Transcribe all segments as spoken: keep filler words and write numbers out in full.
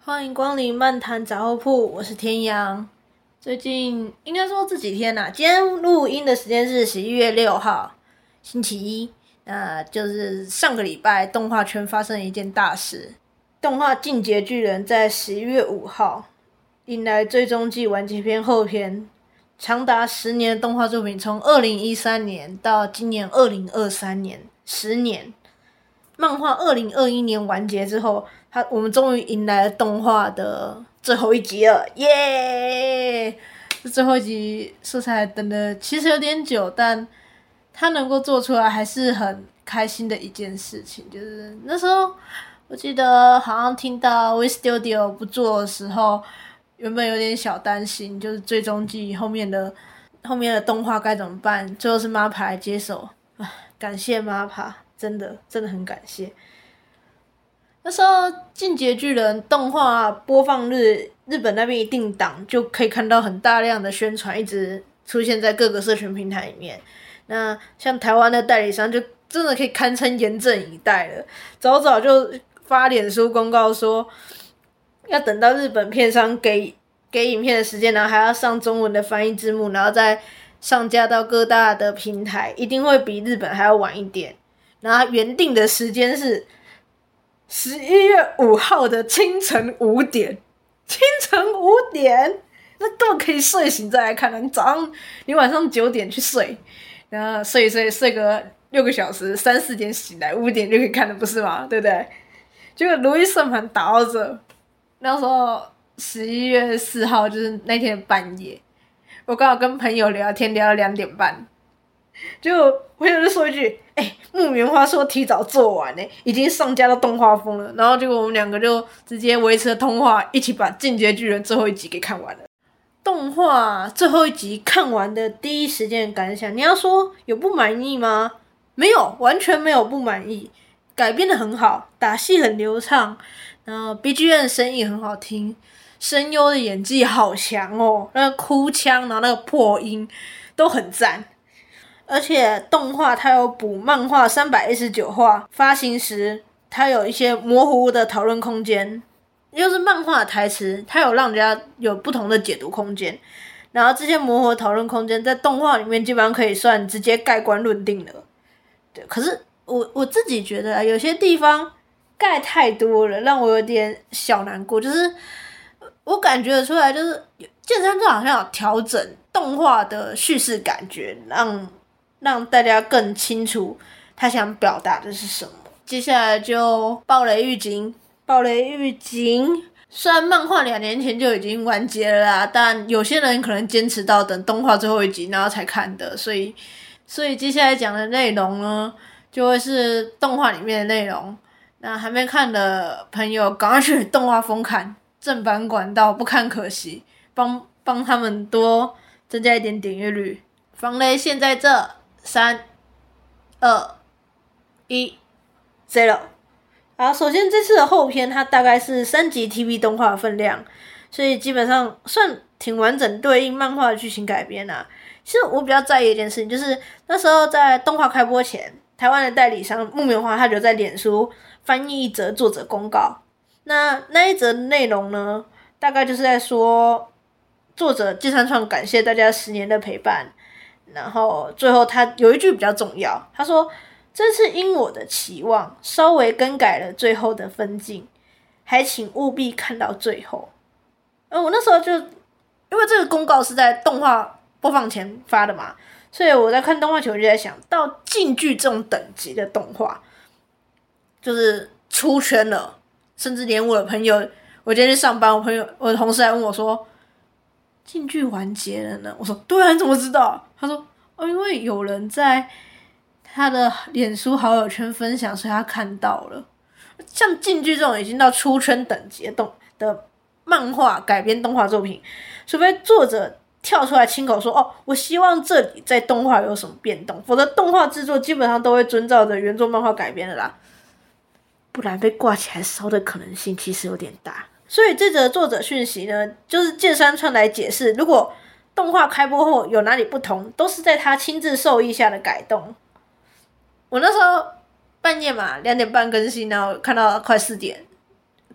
欢迎光临漫谈杂货铺，我是天阳。最近应该说这几天啦、啊，今天录音的时间是十一月六号，星期一。那就是上个礼拜动画圈发生了一件大事，动画《进阶巨人》在十一月五号迎来最终季完结篇后篇，长达十年的动画作品，从二零一三年到今年二零二三年，十年。漫画二零二一年完结之后，它我们终于迎来了动画的最后一集了，耶！这最后一集说起来等的其实有点久，但它能够做出来还是很开心的一件事情。就是那时候我记得好像听到 We Studio 不做的时候，原本有点小担心，就是最终季后面的后面的动画该怎么办？最后是 M A P A 来接手，感谢 M A P A。真的真的很感谢。那时候《进阶巨人》动画播放日，日本那边一定档就可以看到很大量的宣传，一直出现在各个社群平台里面。那像台湾的代理商就真的可以堪称严阵以待了，早早就发脸书公告说，要等到日本片商给给影片的时间，然后还要上中文的翻译字幕，然后再上架到各大的平台，一定会比日本还要晚一点。然后原定的时间是十一月五号的清晨五点，清晨五点，那根本可以睡醒再来看的。你早上，你晚上九点去睡，然后睡一睡，睡个六个小时，三四点醒来，五点就可以看了，不是吗？对不对？结果如意算盘打到这，那时候十一月四号就是那天的半夜，我刚好跟朋友聊天，聊到两点半。就朋友就说一句：“哎、欸，木棉花说提早做完呢、欸，已经上架到动画风了。”然后结果我们两个就直接维持了通话，一起把《进阶巨人》最后一集给看完了。动画最后一集看完的第一时间的感想，你要说有不满意吗？没有，完全没有不满意。改编的很好，打戏很流畅，然后 B G M 声音很好听，声优的演技好强哦，那个哭腔，然后那个破音都很赞。而且动画它有补漫画三百一十九话发行时，它有一些模糊的讨论空间，就是漫画的台词，它有让人家有不同的解读空间。然后这些模糊的讨论空间在动画里面基本上可以算直接盖棺论定了。对，可是我我自己觉得啊，有些地方盖太多了，让我有点小难过。就是我感觉得出来，就是剑山这好像有调整动画的叙事感觉，让让大家更清楚他想表达的是什么。接下来就暴雷预警，暴雷预警。虽然漫画两年前就已经完结了啦，但有些人可能坚持到等动画最后一集然后才看的，所以所以接下来讲的内容呢，就会是动画里面的内容。那还没看的朋友，赶快去动画疯看，正版管道不看可惜，帮帮他们多增加一点点阅率。防雷现在这。三、二、一 ，zero。好，首先这次的后篇它大概是三集 T V 动画的分量，所以基本上算挺完整对应漫画的剧情改编啊。其实我比较在意一件事情，就是那时候在动画开播前，台湾的代理商木棉花他就在脸书翻译一则作者公告。那那一则内容呢，大概就是在说作者芥川创感谢大家十年的陪伴。然后最后他有一句比较重要，他说：“这次因我的期望稍微更改了最后的分镜，还请务必看到最后。”而我那时候就因为这个公告是在动画播放前发的嘛，所以我在看动画前我就在想到近距这种等级的动画，就是出圈了，甚至连我的朋友，我今天去上班，我朋友我的同事还问我说。近距完结了呢？我说对啊，你怎么知道？他说哦，因为有人在他的脸书好友圈分享，所以他看到了。像近距这种已经到出圈等级的动的漫画改编动画作品，除非作者跳出来亲口说哦，我希望这里在动画有什么变动，否则动画制作基本上都会遵照着原作漫画改编的啦，不然被挂起来烧的可能性其实有点大。所以这则作者讯息呢，就是剑山川来解释，如果动画开播后有哪里不同，都是在他亲自授意下的改动。我那时候半夜嘛，两点半更新，然后看到快四点，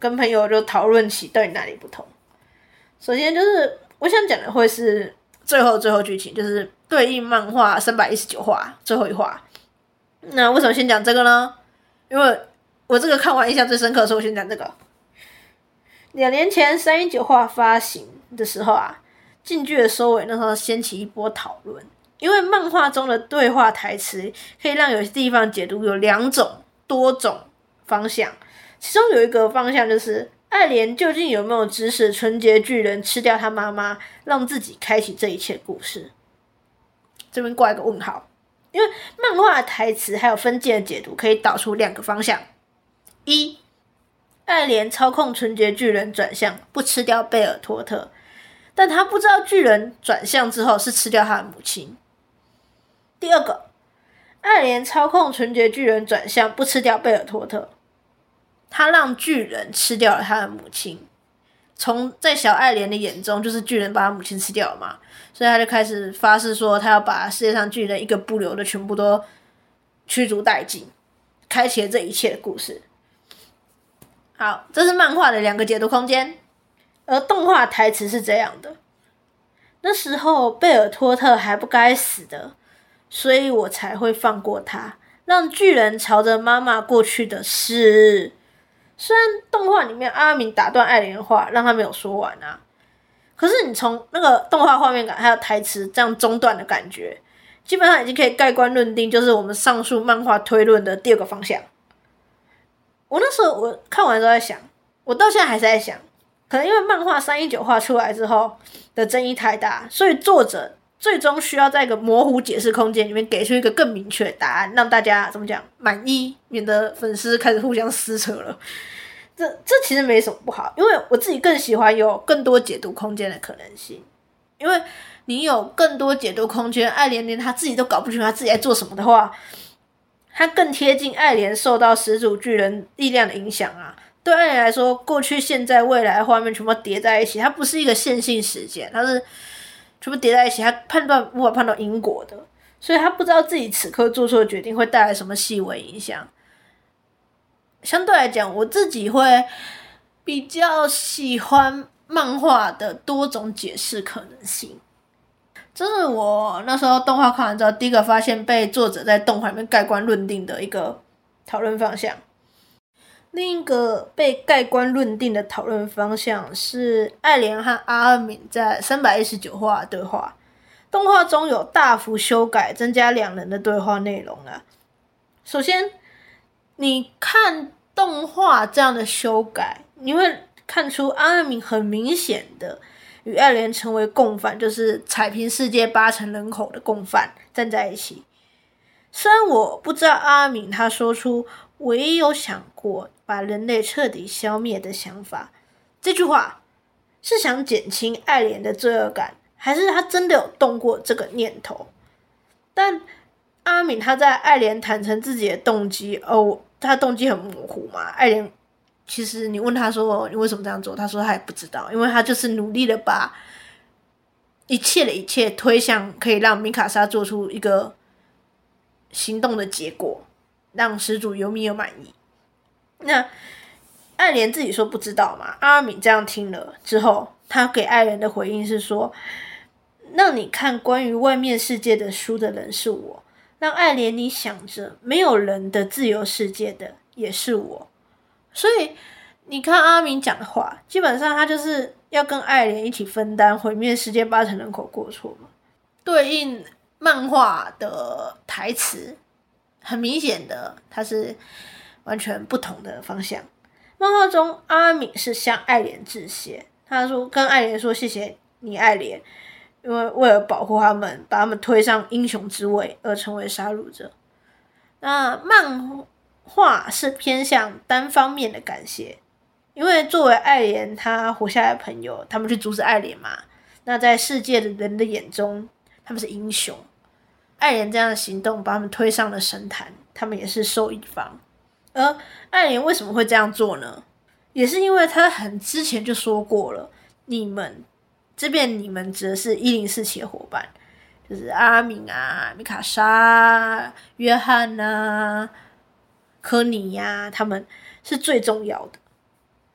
跟朋友就讨论起到底哪里不同。首先就是我想讲的会是最后最后剧情，就是对应漫画三百一十九话最后一话。那为什么先讲这个呢？因为我这个看完印象最深刻，所以我先讲这个。两年前三一九话发行的时候啊，近剧的收尾那时候掀起一波讨论，因为漫画中的对话台词可以让有些地方解读有两种多种方向，其中有一个方向就是爱莲究竟有没有指使纯洁巨人吃掉他妈妈，让自己开启这一切故事。这边挂一个问号，因为漫画的台词还有分界的解读可以导出两个方向：一，爱莲操控纯洁巨人转向，不吃掉贝尔托特，但他不知道巨人转向之后是吃掉他的母亲。第二个，爱莲操控纯洁巨人转向，不吃掉贝尔托特，他让巨人吃掉了他的母亲。从在小爱莲的眼中，就是巨人把他母亲吃掉了嘛，所以他就开始发誓说，他要把世界上巨人一个不留的全部都驱逐殆尽，开启了这一切的故事。好，这是漫画的两个解读空间，而动画台词是这样的：那时候贝尔托特还不该死的，所以我才会放过他，让巨人朝着妈妈过去的事。虽然动画里面阿明打断爱莲的话，让他没有说完啊，可是你从那个动画画面感还有台词这样中断的感觉，基本上已经可以盖棺论定，就是我们上述漫画推论的第二个方向。我那时候我看完之后在想，我到现在还是在想，可能因为漫画三一九画出来之后的争议太大，所以作者最终需要在一个模糊解释空间里面给出一个更明确的答案，让大家怎么讲满意，免得粉丝开始互相撕扯了。这这其实没什么不好，因为我自己更喜欢有更多解读空间的可能性。因为你有更多解读空间，爱莲连他自己都搞不清楚他自己在做什么的话，他更贴近爱莲受到始祖巨人力量的影响啊。对爱莲来说，过去、现在、未来的画面全部叠在一起，它不是一个线性时间，它是全部叠在一起，他判断无法判断因果的，所以他不知道自己此刻做出的决定会带来什么细微影响。相对来讲，我自己会比较喜欢漫画的多种解释可能性。这是我那时候动画看完之后第一个发现被作者在动画里面盖棺论定的一个讨论方向。另一个被盖棺论定的讨论方向是爱莲和阿尔敏在三百一十九话的对话。动画中有大幅修改，增加两人的对话内容啊。首先，你看动画这样的修改，你会看出阿尔敏很明显的与爱莲成为共犯，就是踩平世界八成人口的共犯站在一起。虽然我不知道阿尔敏他说出我也有想过把人类彻底消灭的想法，这句话是想减轻爱莲的罪恶感，还是他真的有动过这个念头？但阿敏他在爱莲坦诚自己的动机，哦，他动机很模糊嘛。爱莲其实你问他说你为什么这样做，他说他也不知道，因为他就是努力的把一切的一切推向可以让米卡莎做出一个行动的结果，让始祖尤米尔满意。那爱莲自己说不知道嘛，阿尔敏这样听了之后，他给爱莲的回应是说，让你看关于外面世界的书的人是我，让爱莲你想着没有人的自由世界的也是我。所以你看阿明讲的话，基本上他就是要跟爱莲一起分担毁灭世界八成人口过错嘛。对应漫画的台词，很明显的它是完全不同的方向。漫画中阿敏是向爱莲致谢，他说跟爱莲说谢谢你爱莲，因为为了保护他们，把他们推上英雄之位而成为杀戮者。那漫画是偏向单方面的感谢，因为作为爱莲他活下来的朋友，他们去阻止爱莲嘛，那在世界的人的眼中他们是英雄，爱莲这样的行动把他们推上了神坛，他们也是受益方。而爱莲为什么会这样做呢？也是因为他很之前就说过了，你们这边你们指的是一零四七的伙伴，就是阿敏啊、米卡莎、约翰啊、科尼呀、啊，他们是最重要的。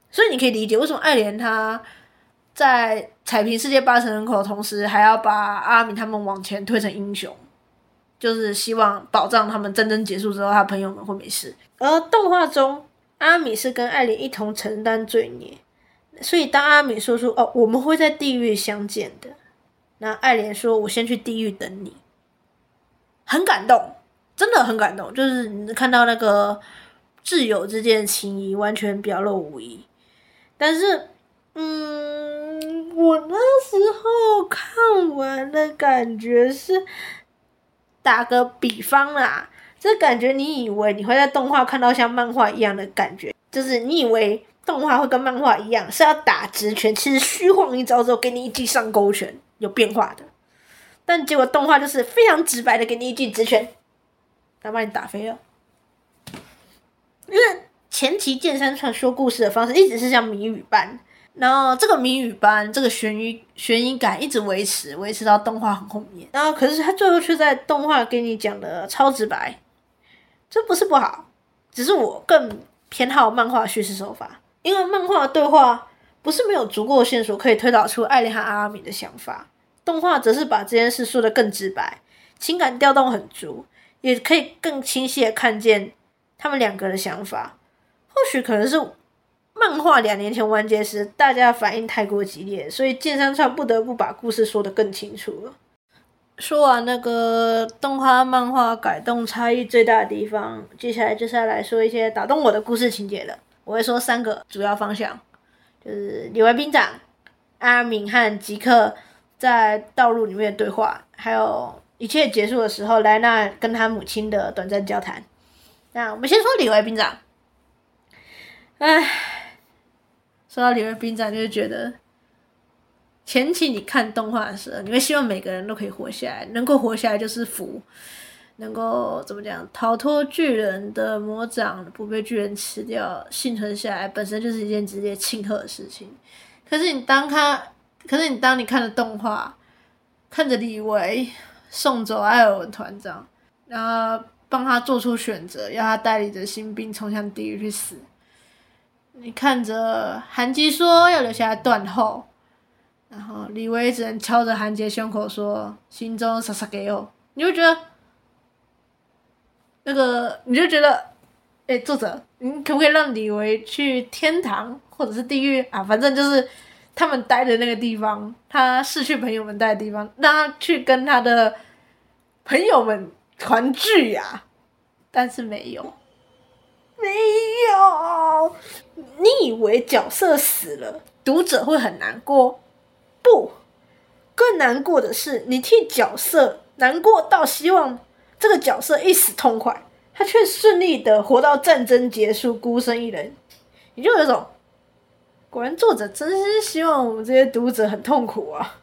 所以你可以理解为什么爱莲他在踩平世界八成人口的同时，还要把阿米他们往前推成英雄，就是希望保障他们战争结束之后，他朋友们会没事。而动画中，阿米是跟爱莲一同承担罪孽，所以当阿米说出哦我们会在地狱相见的，那爱莲说我先去地狱等你，很感动，真的很感动，就是你看到那个挚友之间的情谊完全表露无遗。但是嗯，我那时候看完的感觉是，打个比方啦，这感觉你以为你会在动画看到像漫画一样的感觉，就是你以为动画会跟漫画一样是要打直拳，其实虚晃一招之后给你一记上勾拳，有变化的，但结果动画就是非常直白的给你一记直拳，然后把你打飞了。因为前期剑山传说故事的方式一直是像谜语般，然后这个谜语般这个悬疑悬疑感一直维持维持到动画很后面，然后可是他最后却在动画给你讲的超直白，这不是不好，只是我更偏好漫画叙事手法，因为漫画的对话不是没有足够的线索可以推导出艾莉和阿米的想法，动画则是把这件事说得更直白，情感调动很足，也可以更清晰的看见他们两个的想法。或许可能是漫画两年前完结时大家反应太过激烈，所以剑山川不得不把故事说得更清楚了。说完那个动画漫画改动差异最大的地方，接下来就是要来说一些打动我的故事情节了。我会说三个主要方向，就是李维兵长、阿敏和吉克在道路里面的对话，还有一切结束的时候莱纳跟他母亲的短暂交谈。那我们先说李维兵长。唉，说到李维兵长，就会觉得前期你看动画的时候，你会希望每个人都可以活下来，能够活下来就是福，能够怎么讲，逃脱巨人的魔掌，不被巨人吃掉，幸存下来本身就是一件值得庆贺的事情。可是你当他，可是你当你看了动画，看着李维送走艾尔文团长，然后帮他做出选择，要他带领着新兵冲向地狱去死。你看着韩吉说要留下来断后，然后李维只能敲着韩杰胸口说心中撒撒给我，你会觉得那个你就觉得诶、欸、作者你可不可以让李维去天堂或者是地狱啊，反正就是他们待的那个地方，他逝去朋友们待的地方，让他去跟他的朋友们团聚啊，但是没有没有，你以为角色死了读者会很难过？不，更难过的是你替角色难过到希望这个角色一死痛快，他却顺利的活到战争结束孤身一人，你就有种果然作者真是希望我们这些读者很痛苦啊。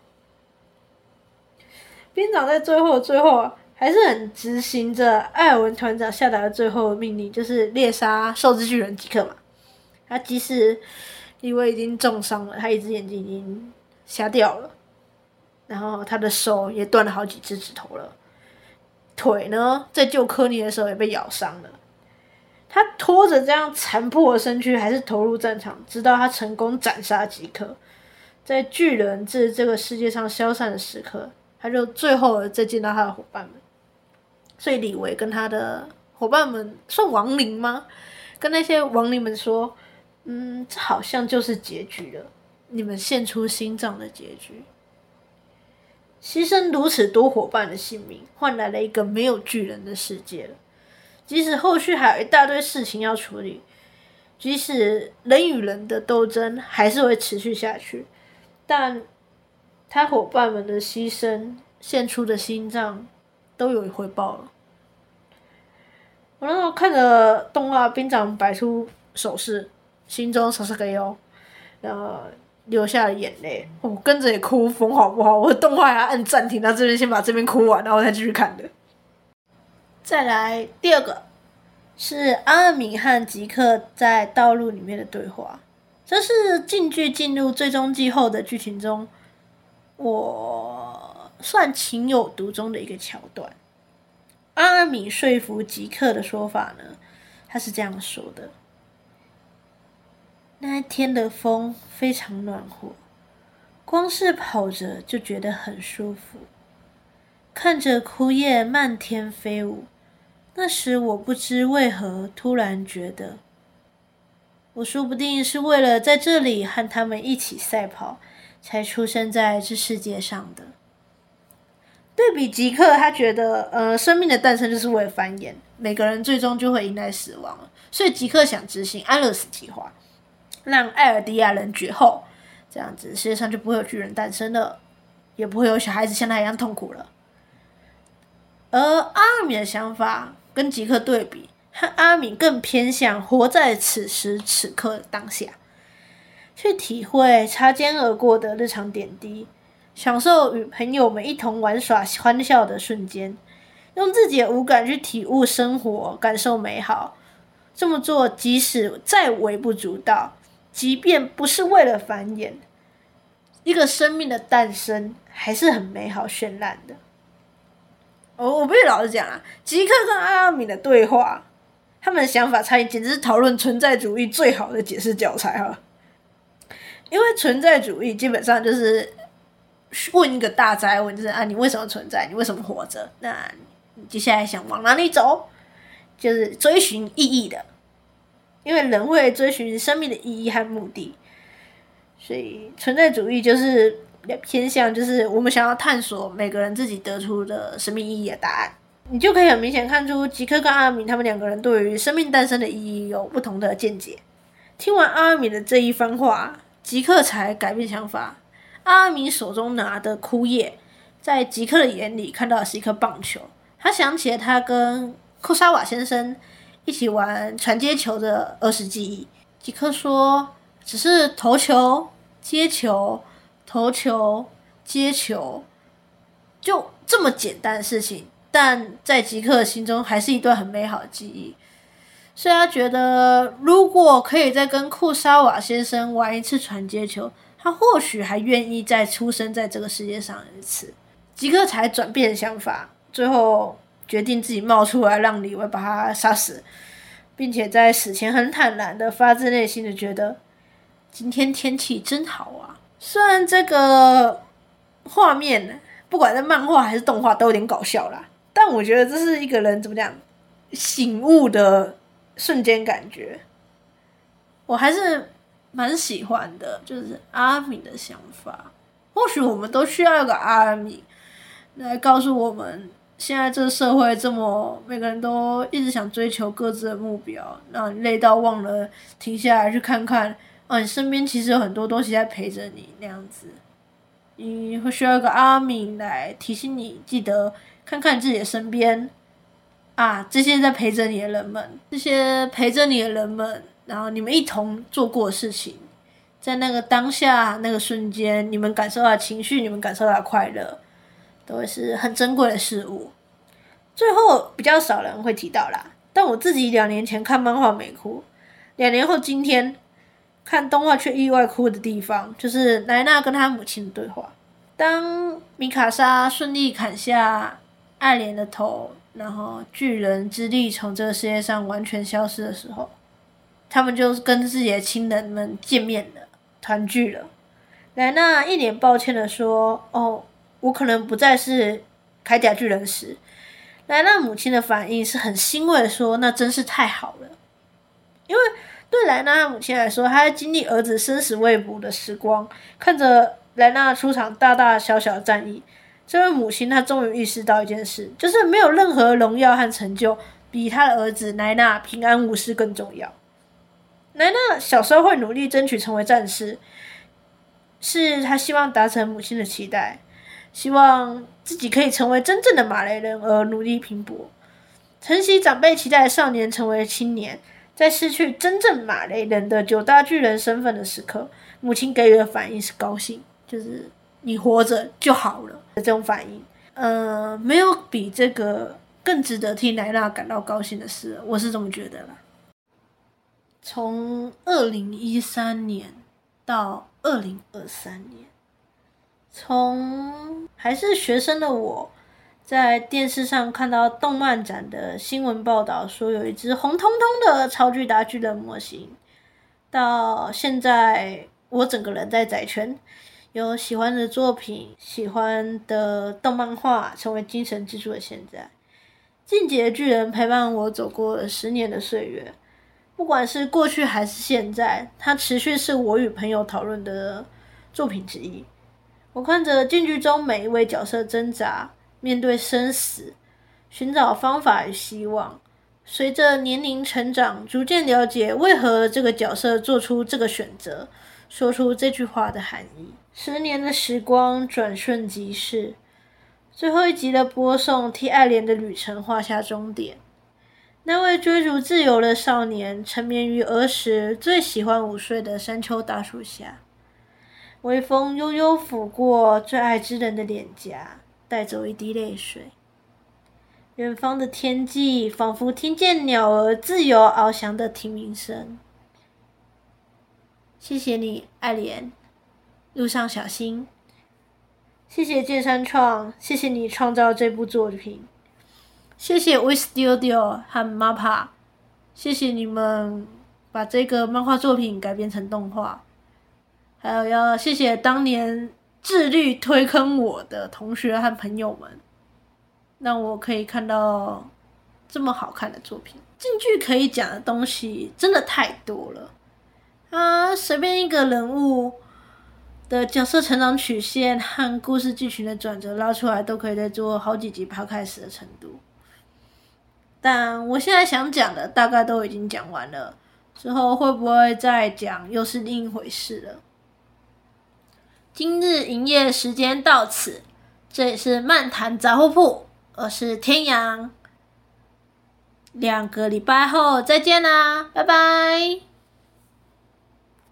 兵长在最后最后啊还是很执行着艾尔文团长下达的最后的命令，就是猎杀兽之巨人吉克嘛。他即使因为已经重伤了，他一只眼睛已经瞎掉了，然后他的手也断了好几只指头了，腿呢在救科尼的时候也被咬伤了。他拖着这样残破的身躯还是投入战场，直到他成功斩杀吉克，在巨人自这个世界上消散的时刻，他就最后再见到他的伙伴们。所以李维跟他的伙伴们算亡灵吗？跟那些亡灵们说，嗯，这好像就是结局了，你们献出心脏的结局。牺牲如此多伙伴的性命，换来了一个没有巨人的世界了。即使后续还有一大堆事情要处理，即使人与人的斗争还是会持续下去，但他伙伴们的牺牲献出的心脏都有回报了。我那时候看着动画兵长摆出手势，心中撒撒个哟，然后流下了眼泪，我跟着也哭疯好不好？我的动画还要按暂停，到这边先把这边哭完，然后再继续看的。再来第二个是阿米和吉克在道路里面的对话，这是近距进入最终季后的剧情中，我算情有独钟的一个桥段。阿米说服吉克的说法呢，他是这样说的： 那一天的风非常暖和，光是跑着就觉得很舒服。看着枯叶漫天飞舞，那时我不知为何突然觉得，我说不定是为了在这里和他们一起赛跑，才出生在这世界上的。对比吉克，他觉得，呃，生命的诞生就是为了繁衍，每个人最终就会迎来死亡了，所以吉克想执行安乐死计划，让艾尔迪亚人绝后，这样子世界上就不会有巨人诞生了，也不会有小孩子像他一样痛苦了。而阿尔敏的想法跟吉克对比，和阿尔敏更偏向活在此时此刻的当下，去体会擦肩而过的日常点滴，享受与朋友们一同玩耍欢笑的瞬间，用自己的五感去体悟生活，感受美好。这么做即使再微不足道，即便不是为了繁衍，一个生命的诞生还是很美好绚烂的。我我必须老实讲啊，吉克跟阿米的对话，他们的想法差异简直是讨论存在主义最好的解释教材哈。因为存在主义基本上就是问一个大哉问，就是啊，你为什么存在？你为什么活着？那你接下来想往哪里走？就是追寻意义的，因为人会追寻生命的意义和目的，所以存在主义就是偏向就是我们想要探索每个人自己得出的生命意义的答案。你就可以很明显看出吉克跟阿尔敏他们两个人对于生命诞生的意义有不同的见解。听完阿尔敏的这一番话，吉克才改变想法。阿尔敏手中拿的枯叶，在吉克的眼里看到的是一颗棒球，他想起了他跟库沙瓦先生一起玩传接球的儿时记忆。吉克说，只是投球、接球、投球、接球，就这么简单的事情，但在吉克的心中还是一段很美好的记忆。所以他觉得，如果可以再跟库沙瓦先生玩一次传接球，他或许还愿意再出生在这个世界上一次。吉克才转变想法，最后决定自己冒出来让李维把他杀死，并且在死前很坦然的发自内心的觉得今天天气真好啊。虽然这个画面不管在漫画还是动画都有点搞笑啦，但我觉得这是一个人怎么讲醒悟的瞬间感觉，我还是蛮喜欢的，就是阿米的想法。或许我们都需要一个阿米来告诉我们，现在这个社会这么每个人都一直想追求各自的目标，让你累到忘了停下来去看看，哦，你身边其实有很多东西在陪着你那样子。你会需要一个阿米来提醒你，记得看看自己的身边啊，这些在陪着你的人们，这些陪着你的人们，然后你们一同做过的事情，在那个当下那个瞬间，你们感受到的情绪，你们感受到的快乐，都会是很珍贵的事物。最后比较少人会提到啦，但我自己两年前看漫画没哭，两年后今天看动画却意外哭的地方，就是莱纳跟他母亲的对话。当米卡莎顺利砍下爱莲的头，然后巨人之力从这个世界上完全消失的时候，他们就跟自己的亲人们见面了，团聚了。莱纳一脸抱歉的说，哦，我可能不再是铠甲巨人时，莱纳母亲的反应是很欣慰的说，那真是太好了。因为对莱纳母亲来说，她在经历儿子生死未卜的时光，看着莱纳出场大大小小的战役，这位母亲她终于意识到一件事，就是没有任何荣耀和成就比她的儿子莱纳平安无事更重要。莱纳小时候会努力争取成为战士，是他希望达成母亲的期待，希望自己可以成为真正的马雷人而努力拼搏。承袭长辈期待的少年成为青年，在失去真正马雷人的九大巨人身份的时刻，母亲给予的反应是高兴，就是你活着就好了的这种反应。呃，没有比这个更值得替莱纳感到高兴的事，我是这么觉得啦。从二零一三年到二零二三年，从还是学生的我，在电视上看到动漫展的新闻报道说有一只红彤彤的超巨大巨人模型， 到现在我整个人在宅圈，有喜欢的作品、喜欢的动漫画，成为精神支柱的现在。进击的巨人陪伴我走过了十年的岁月，不管是过去还是现在，它持续是我与朋友讨论的作品之一。我看着进剧中每一位角色挣扎，面对生死，寻找方法与希望。随着年龄成长，逐渐了解为何这个角色做出这个选择，说出这句话的含义。十年的时光转瞬即逝，最后一集的播送替爱莲的旅程画下终点。那位追逐自由的少年，沉眠于儿时最喜欢午睡的山丘大树下，微风悠悠拂过最爱之人的脸颊，带走一滴泪水。远方的天际仿佛听见鸟儿自由翱翔的啼鸣声。谢谢你，爱莲，路上小心。谢谢剑山创，谢谢你创造这部作品。谢谢 We Studio 和 Mappa， 谢谢你们把这个漫画作品改编成动画。还有要谢谢当年致力推坑我的同学和朋友们，让我可以看到这么好看的作品。进剧可以讲的东西真的太多了，啊，随便一个人物的角色成长曲线和故事剧情的转折拉出来，都可以再做好几集 podcast 的程度。但我现在想讲的大概都已经讲完了，之后会不会再讲又是另一回事了。今日营业时间到此，这里是漫谈杂货铺，我是天阳，两个礼拜后再见啦，拜拜。